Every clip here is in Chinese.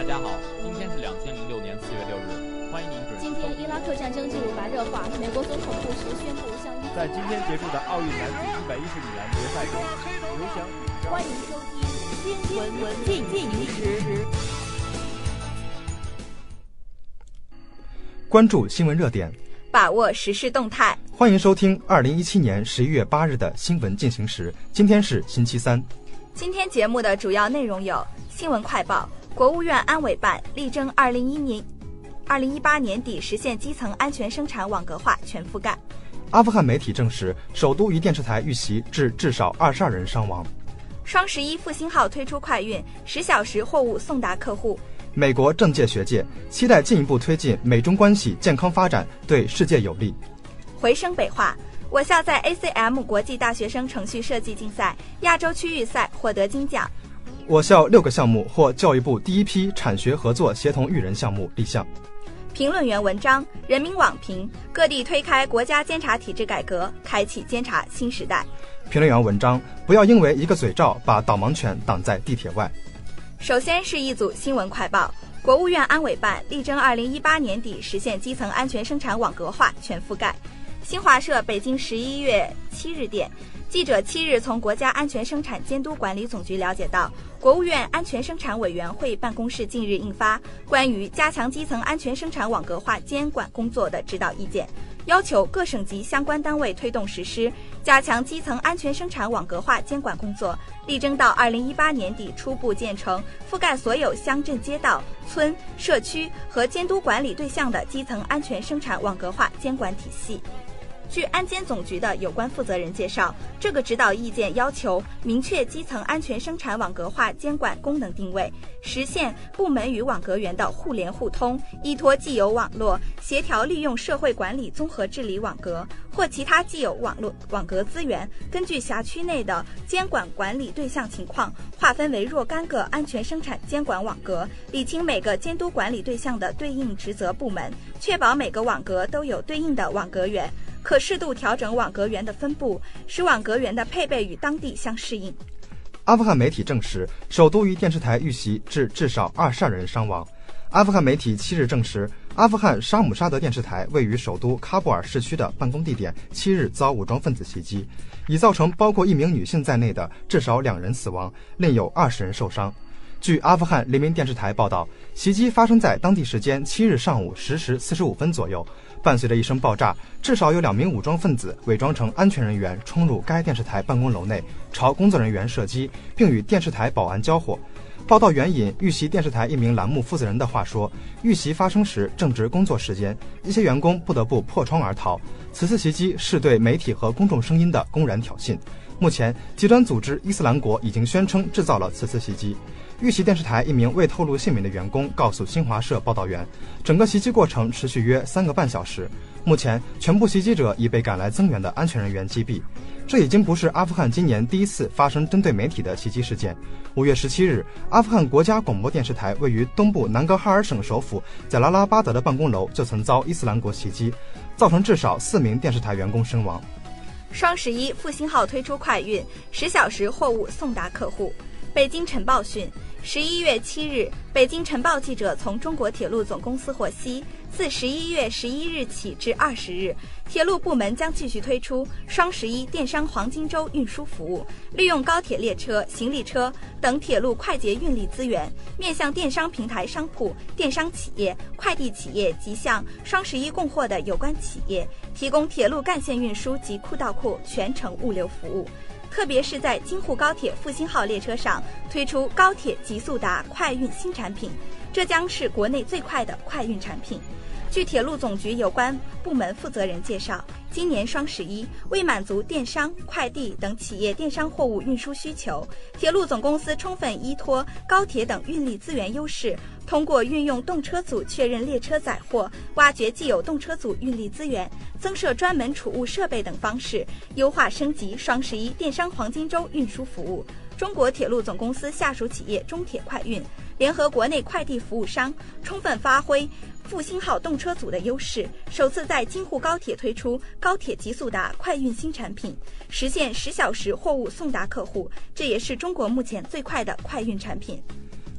家好，今天是2006年4月6日，欢迎您准时收听。 今天伊拉克战争进入白热化，美国总统布什宣布向在今天结束的奥运男子110米栏决赛中，刘翔。 欢迎收听新闻进行时。 关注新闻热点， 把握时事动态。 欢迎收听2017年11月8日的新闻进行时。今天是星期三。 今天节目的主要内容有：新闻快报，国务院安委办力争2018年底实现基层安全生产网格化全覆盖。 阿富汗媒体证实，首都一电视台遇袭致至少22人伤亡。 双11复兴号推出快运，10小时货物送达客户。 美国政界学界期待进一步推进美中关系健康发展，对世界有利。 回声北化，我校在 ACM 国际大学生程序设计竞赛亚洲区域赛获得金奖。 我校6个项目获教育部第一批产学合作协同育人项目立项。 评论员文章，人民网评，各地推开国家监察体制改革，开启监察新时代。 评论员文章，不要因为一个嘴罩把导盲犬挡在地铁外。 首先是一组新闻快报，国务院安委办力争2018年底实现基层安全生产网格化全覆盖。新华社北京11月7日电，记者7日从国家安全生产监督管理总局了解到，国务院安全生产委员会办公室近日印发关于加强基层安全生产网格化监管工作的指导意见，要求各省级相关单位推动实施，加强基层安全生产网格化监管工作，力争到2018年底初步建成覆盖所有乡镇街道、村、社区和监督管理对象的基层安全生产网格化监管体系。据安监总局的有关负责人介绍，这个指导意见要求明确基层安全生产网格化监管功能定位，实现部门与网格员的互联互通，依托既有网络，协调利用社会管理综合治理网格或其他既有网格资源，根据辖区内的监管管理对象情况，划分为若干个安全生产监管网格，理清每个监督管理对象的对应职责部门，确保每个网格都有对应的网格员，可适度调整网格员的分布，使网格员的配备与当地相适应。 阿富汗媒体证实，首都一电视台遇袭致至少22人伤亡。阿富汗媒体7日证实，阿富汗沙姆沙德电视台位于首都喀布尔市区的办公地点7日遭武装分子袭击，已造成包括1名女性在内的至少2人死亡，另有20人受伤。据阿富汗人民电视台报道，袭击发生在当地时间7日上午10时45分左右，伴随着一声爆炸，至少有2名武装分子伪装成安全人员冲入该电视台办公楼内，朝工作人员射击，并与电视台保安交火。报道援引遇袭电视台一名栏目负责人的话说，遇袭发生时正值工作时间，一些员工不得不破窗而逃。此次袭击是对媒体和公众声音的公然挑衅。目前，极端组织伊斯兰国已经宣称制造了此次袭击。遇袭电视台一名未透露姓名的员工告诉新华社报道员，整个袭击过程持续约3个半小时。目前，全部袭击者已被赶来增援的安全人员击毙。这已经不是阿富汗今年第一次发生针对媒体的袭击事件。5月17日，阿富汗国家广播电视台位于东部南格哈尔省首府贾拉拉巴德的办公楼就曾遭伊斯兰国袭击，造成至少4名电视台员工身亡。 双11复兴号推出快运，10小时货物送达客户。北京晨报讯，11月7日，北京晨报记者从中国铁路总公司获悉，自11月11日起至20日，铁路部门将继续推出双11电商黄金周运输服务，利用高铁列车、行李车等铁路快捷运力资源，面向电商平台商铺、电商企业、快递企业及向双11供货的有关企业，提供铁路干线运输及库到库全程物流服务。特别是在京沪高铁复兴号列车上推出高铁极速达快运新产品，这将是国内最快的快运产品。据铁路总局有关部门负责人介绍，今年双11为满足电商、快递等企业电商货物运输需求，铁路总公司充分依托高铁等运力资源优势，通过运用动车组确认列车载货、挖掘既有动车组运力资源、增设专门储物设备等方式，优化升级双11电商黄金周运输服务。中国铁路总公司下属企业中铁快运联合国内快递服务商，充分发挥复兴号动车组的优势，首次在京沪高铁推出高铁极速达快运新产品，实现10小时货物送达客户，这也是中国目前最快的快运产品。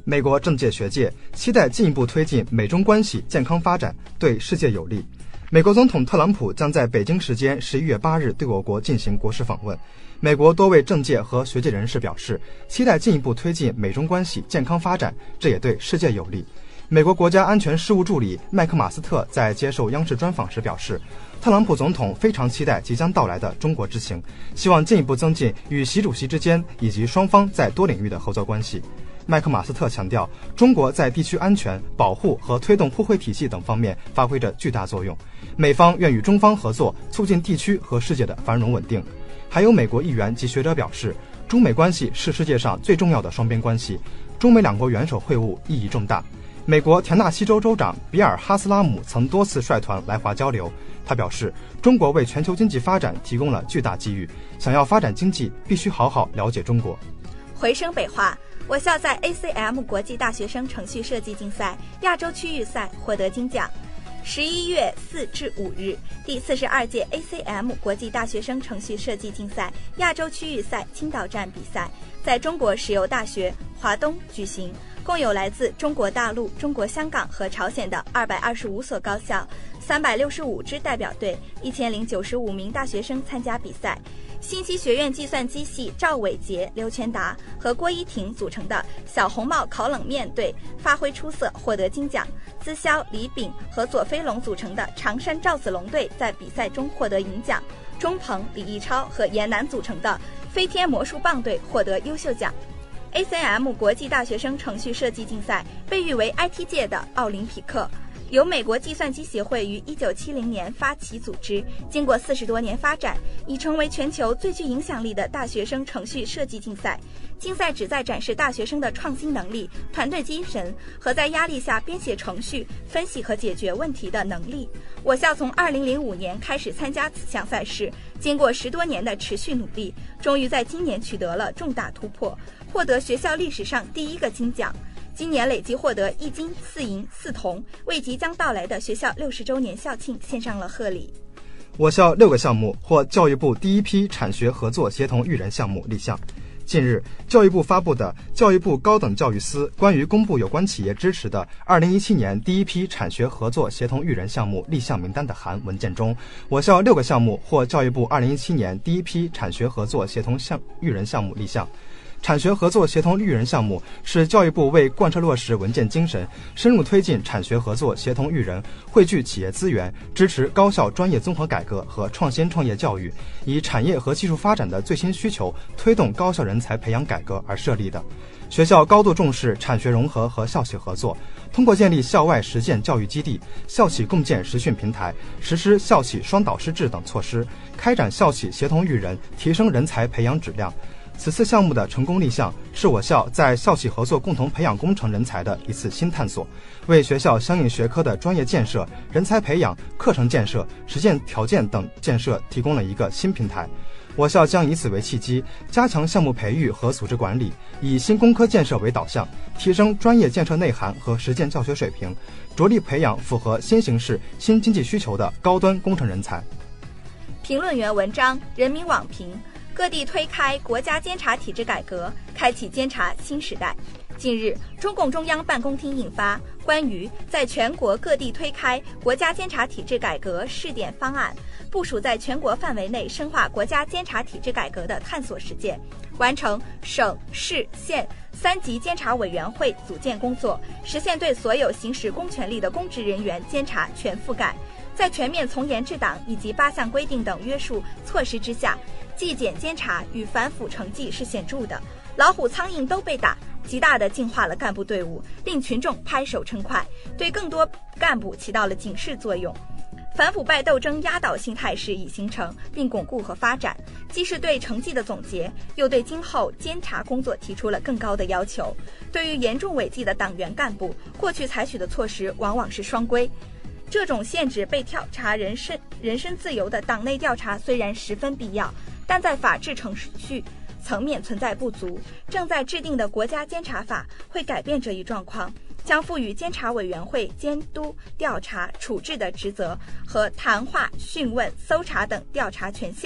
美国政界学界期待进一步推进美中关系健康发展，对世界有利。美国总统特朗普将在北京时间11月8日对我国进行国事访问。美国多位政界和学界人士表示，期待进一步推进美中关系健康发展，这也对世界有利。美国国家安全事务助理麦克马斯特在接受央视专访时表示，特朗普总统非常期待即将到来的中国之行，希望进一步增进与习主席之间以及双方在多领域的合作关系。麦克马斯特强调，中国在地区安全、保护和推动互惠体系等方面发挥着巨大作用，美方愿与中方合作，促进地区和世界的繁荣稳定。还有美国议员及学者表示，中美关系是世界上最重要的双边关系，中美两国元首会晤意义重大。美国田纳西州州长比尔·哈斯拉姆曾多次率团来华交流，他表示，中国为全球经济发展提供了巨大机遇，想要发展经济，必须好好了解中国。 回声北话，我校在 ACM 国际大学生程序设计竞赛亚洲区域赛获得金奖。11月4至5日，第42届 ACM 国际大学生程序设计竞赛亚洲区域赛青岛站比赛在中国石油大学华东举行，共有来自中国大陆、中国香港和朝鲜的225所高校、365支代表队、1095名大学生参加比赛。信息学院计算机系赵伟杰、刘全达和郭一婷组成的小红帽烤冷面队发挥出色，获得金奖。资潇、李炳和左飞龙组成的常山赵子龙队在比赛中获得银奖。钟鹏、李毅超和严楠组成的飞天魔术棒队获得优秀奖。ACM 国际大学生程序设计竞赛被誉为 IT 界的奥林匹克，由美国计算机协会于1970年发起组织，经过40多年发展，已成为全球最具影响力的大学生程序设计竞赛。竞赛旨在展示大学生的创新能力、团队精神和在压力下编写程序、分析和解决问题的能力。我校从2005年开始参加此项赛事，经过10多年的持续努力，终于在今年取得了重大突破，获得学校历史上第1个金奖。今年累计获得1金4银4铜，为即将到来的学校60周年校庆献上了贺礼。 我校6个项目获教育部第1批产学合作协同育人项目立项。近日，教育部发布的教育部高等教育司关于公布有关企业支持的2017年第1批产学合作协同育人项目立项名单的函文件中，我校6个项目获教育部2017年第1批产学合作协同育人项目立项。产学合作协同育人项目是教育部为贯彻落实文件精神，深入推进产学合作协同育人，汇聚企业资源，支持高校专业综合改革和创新创业教育，以产业和技术发展的最新需求推动高校人才培养改革而设立的。学校高度重视产学融合和校企合作，通过建立校外实践教育基地、校企共建实训平台，实施校企双导师制等措施，开展校企协同育人，提升人才培养质量。此次项目的成功立项，是我校在校企合作共同培养工程人才的一次新探索，为学校相应学科的专业建设、人才培养、课程建设、实践条件等建设提供了一个新平台。我校将以此为契机，加强项目培育和组织管理，以新工科建设为导向，提升专业建设内涵和实践教学水平，着力培养符合新形势、新经济需求的高端工程人才。 评论员文章，人民网评。各地推开国家监察体制改革，开启监察新时代。近日，中共中央办公厅印发关于在全国各地推开国家监察体制改革试点方案，部署在全国范围内深化国家监察体制改革的探索实践，完成省、市、县3级监察委员会组建工作，实现对所有行使公权力的公职人员监察全覆盖。在全面从严治党以及8项规定等约束措施之下，纪检监察与反腐成绩是显著的，老虎苍蝇都被打，极大地净化了干部队伍，令群众拍手称快，对更多干部起到了警示作用。反腐败斗争压倒性态势已形成并巩固和发展，既是对成绩的总结，又对今后监察工作提出了更高的要求。对于严重违纪的党员干部，过去采取的措施往往是双规。这种限制被调查人身自由的党内调查虽然十分必要，但在法治程序层面存在不足。正在制定的国家监察法会改变这一状况，将赋予监察委员会监督、调查、处置的职责和谈话、讯问、搜查等调查权限，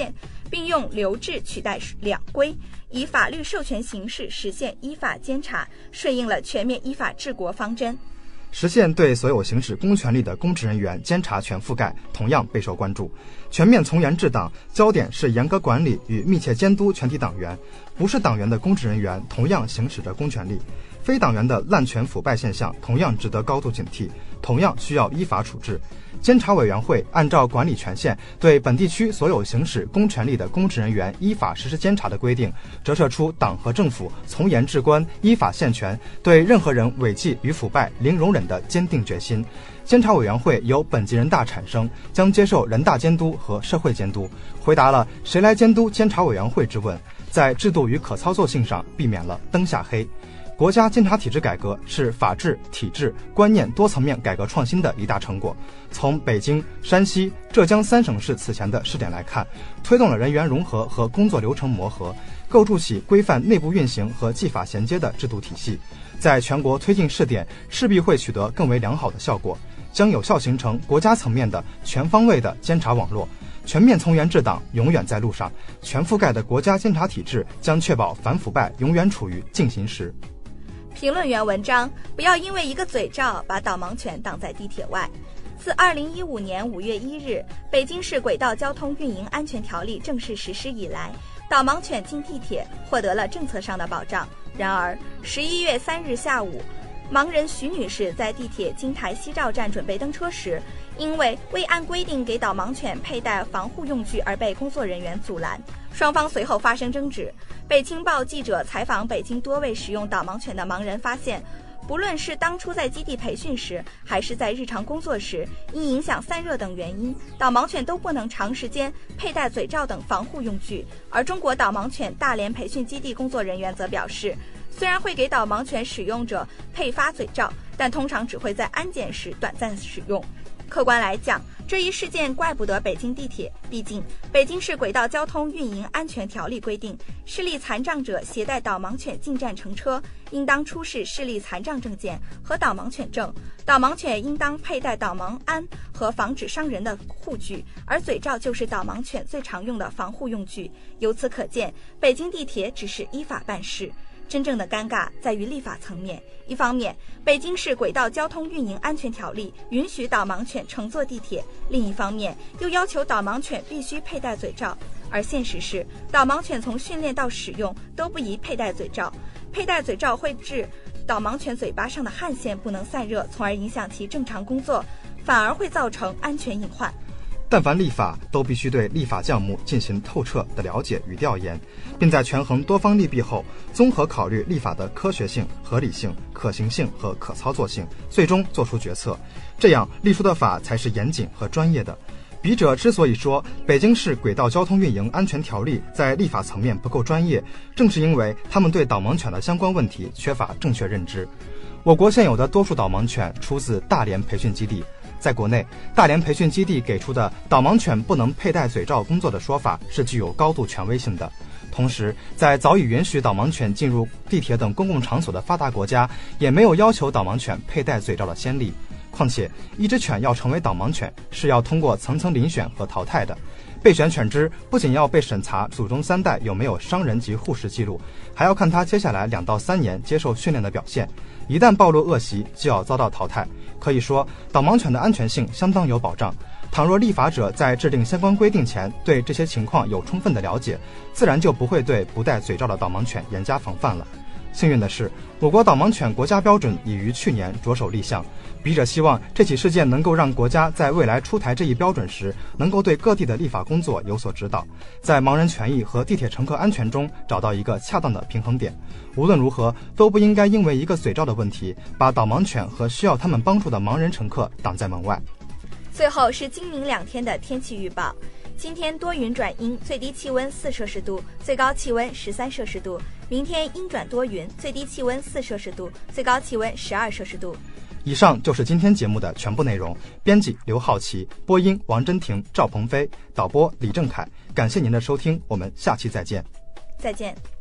并用留置取代两规，以法律授权形式实现依法监察，顺应了全面依法治国方针。 实现对所有行使公权力的公职人员监察全覆盖，同样备受关注。全面从严治党，焦点是严格管理与密切监督全体党员，不是党员的公职人员同样行使着公权力。非党员的滥权腐败现象同样值得高度警惕，同样需要依法处置。监察委员会按照管理权限对本地区所有行使公权力的公职人员依法实施监察的规定，折射出党和政府从严治官、依法宪权，对任何人违纪与腐败零容忍的坚定决心。监察委员会由本级人大产生，将接受人大监督和社会监督，回答了谁来监督监察委员会之问，在制度与可操作性上避免了灯下黑。国家监察体制改革是法治、体制、观念多层面改革创新的一大成果。从北京、山西、浙江3省市此前的试点来看，推动了人员融合和工作流程磨合，构筑起规范内部运行和技法衔接的制度体系。在全国推进试点，势必会取得更为良好的效果，将有效形成国家层面的全方位的监察网络。全面从严治党永远在路上，全覆盖的国家监察体制将确保反腐败永远处于进行时。 评论员文章：不要因为一个嘴罩把导盲犬挡在地铁外。自2015年5月1日，北京市轨道交通运营安全条例正式实施以来，导盲犬进地铁获得了政策上的保障。然而，11月3日下午，盲人徐女士在地铁京台西照站准备登车时，因为未按规定给导盲犬佩戴防护用具而被工作人员阻拦，双方随后发生争执。北京报记者采访北京多位使用导盲犬的盲人发现，不论是当初在基地培训时，还是在日常工作时，因影响散热等原因，导盲犬都不能长时间佩戴嘴罩等防护用具。而中国导盲犬大连培训基地工作人员则表示，虽然会给导盲犬使用者配发嘴罩，但通常只会在安检时短暂使用。客观来讲，这一事件怪不得北京地铁，毕竟北京市轨道交通运营安全条例规定，视力残障者携带导盲犬进站乘车，应当出示视力残障证件和导盲犬证，导盲犬应当佩戴导盲鞍和防止伤人的护具，而嘴罩就是导盲犬最常用的防护用具。由此可见，北京地铁只是依法办事。真正的尴尬在于立法层面，一方面，北京市轨道交通运营安全条例允许导盲犬乘坐地铁，另一方面又要求导盲犬必须佩戴嘴罩，而现实是，导盲犬从训练到使用都不宜佩戴嘴罩，佩戴嘴罩会致导盲犬嘴巴上的汗腺不能散热，从而影响其正常工作，反而会造成安全隐患。 但凡立法，都必须对立法项目进行透彻的了解与调研，并在权衡多方利弊后，综合考虑立法的科学性、合理性、可行性和可操作性，最终做出决策。这样立出的法才是严谨和专业的。笔者之所以说北京市轨道交通运营安全条例在立法层面不够专业，正是因为他们对导盲犬的相关问题缺乏正确认知。我国现有的多数导盲犬出自大连培训基地，在国内，大连培训基地给出的导盲犬不能佩戴嘴罩工作的说法是具有高度权威性的。同时，在早已允许导盲犬进入地铁等公共场所的发达国家，也没有要求导盲犬佩戴嘴罩的先例。况且，一只犬要成为导盲犬，是要通过层层遴选和淘汰的。备选犬只不仅要被审查祖宗3代有没有伤人及护食记录，还要看它接下来2到3年接受训练的表现。一旦暴露恶习，就要遭到淘汰。可以说，导盲犬的安全性相当有保障。倘若立法者在制定相关规定前对这些情况有充分的了解，自然就不会对不戴嘴罩的导盲犬严加防范了。幸运的是，我国导盲犬国家标准已于去年着手立项。笔者希望这起事件能够让国家在未来出台这一标准时，能够对各地的立法工作有所指导，在盲人权益和地铁乘客安全中找到一个恰当的平衡点。无论如何，都不应该因为一个嘴罩的问题，把导盲犬和需要他们帮助的盲人乘客挡在门外。 最后是今明2天的天气预报。今天多云转阴，最低气温4摄氏度，最高气温13摄氏度。明天阴转多云，最低气温4摄氏度，最高气温12摄氏度。 以上就是今天节目的全部内容。编辑刘浩奇，播音王真婷、赵鹏飞，导播李正凯。感谢您的收听，我们下期再见。 再见。